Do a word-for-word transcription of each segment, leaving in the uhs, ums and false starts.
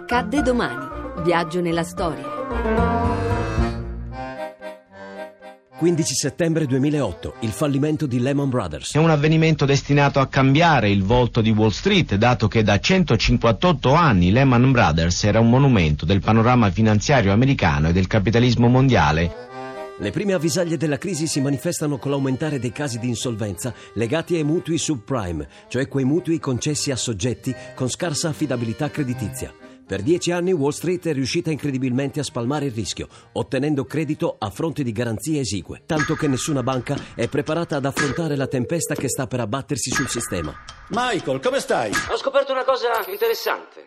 Accadde domani. Viaggio nella storia. quindici settembre duemilaotto, il fallimento di Lehman Brothers. È un avvenimento destinato a cambiare il volto di Wall Street, dato che da centocinquantotto anni Lehman Brothers era un monumento del panorama finanziario americano e del capitalismo mondiale. Le prime avvisaglie della crisi si manifestano con l'aumentare dei casi di insolvenza legati ai mutui subprime, cioè quei mutui concessi a soggetti con scarsa affidabilità creditizia. Per dieci anni Wall Street è riuscita incredibilmente a spalmare il rischio, ottenendo credito a fronte di garanzie esigue, tanto che nessuna banca è preparata ad affrontare la tempesta che sta per abbattersi sul sistema. Michael, come stai? Ho scoperto una cosa interessante.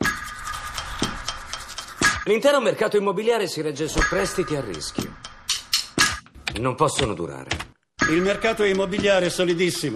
L'intero mercato immobiliare si regge su prestiti a rischio. Non possono durare. Il mercato immobiliare è solidissimo.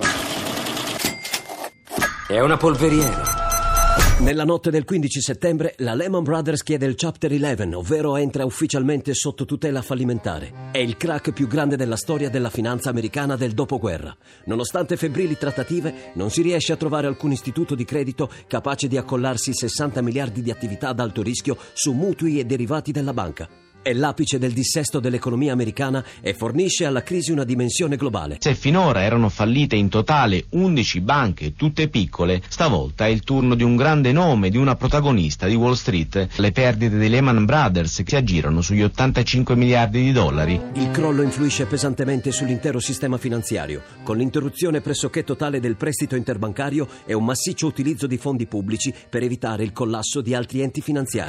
È una polveriera. Nella notte del quindici settembre, la Lehman Brothers chiede il Chapter undici, ovvero entra ufficialmente sotto tutela fallimentare. È il crack più grande della storia della finanza americana del dopoguerra. Nonostante febbrili trattative, non si riesce a trovare alcun istituto di credito capace di accollarsi sessanta miliardi di attività ad alto rischio su mutui e derivati della banca. È l'apice del dissesto dell'economia americana e fornisce alla crisi una dimensione globale. Se finora erano fallite in totale undici banche, tutte piccole, stavolta è il turno di un grande nome, di una protagonista di Wall Street. Le perdite dei Lehman Brothers si aggirano sugli ottantacinque miliardi di dollari. Il crollo influisce pesantemente sull'intero sistema finanziario, con l'interruzione pressoché totale del prestito interbancario e un massiccio utilizzo di fondi pubblici per evitare il collasso di altri enti finanziari.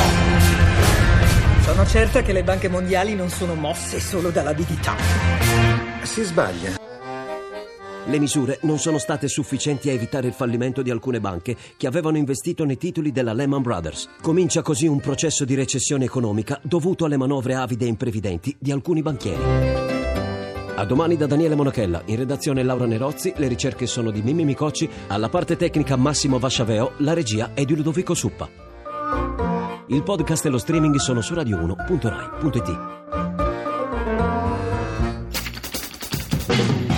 Sono certa che le banche mondiali non sono mosse solo dall'avidità. Si sbaglia. Le misure non sono state sufficienti a evitare il fallimento di alcune banche che avevano investito nei titoli della Lehman Brothers. Comincia così un processo di recessione economica dovuto alle manovre avide e imprevidenti di alcuni banchieri. A domani da Daniele Monachella, in redazione Laura Nerozzi, le ricerche sono di Mimmi Micocci, alla parte tecnica Massimo Vasciaveo, la regia è di Ludovico Suppa. Il podcast e lo streaming sono su radio uno punto rai punto it.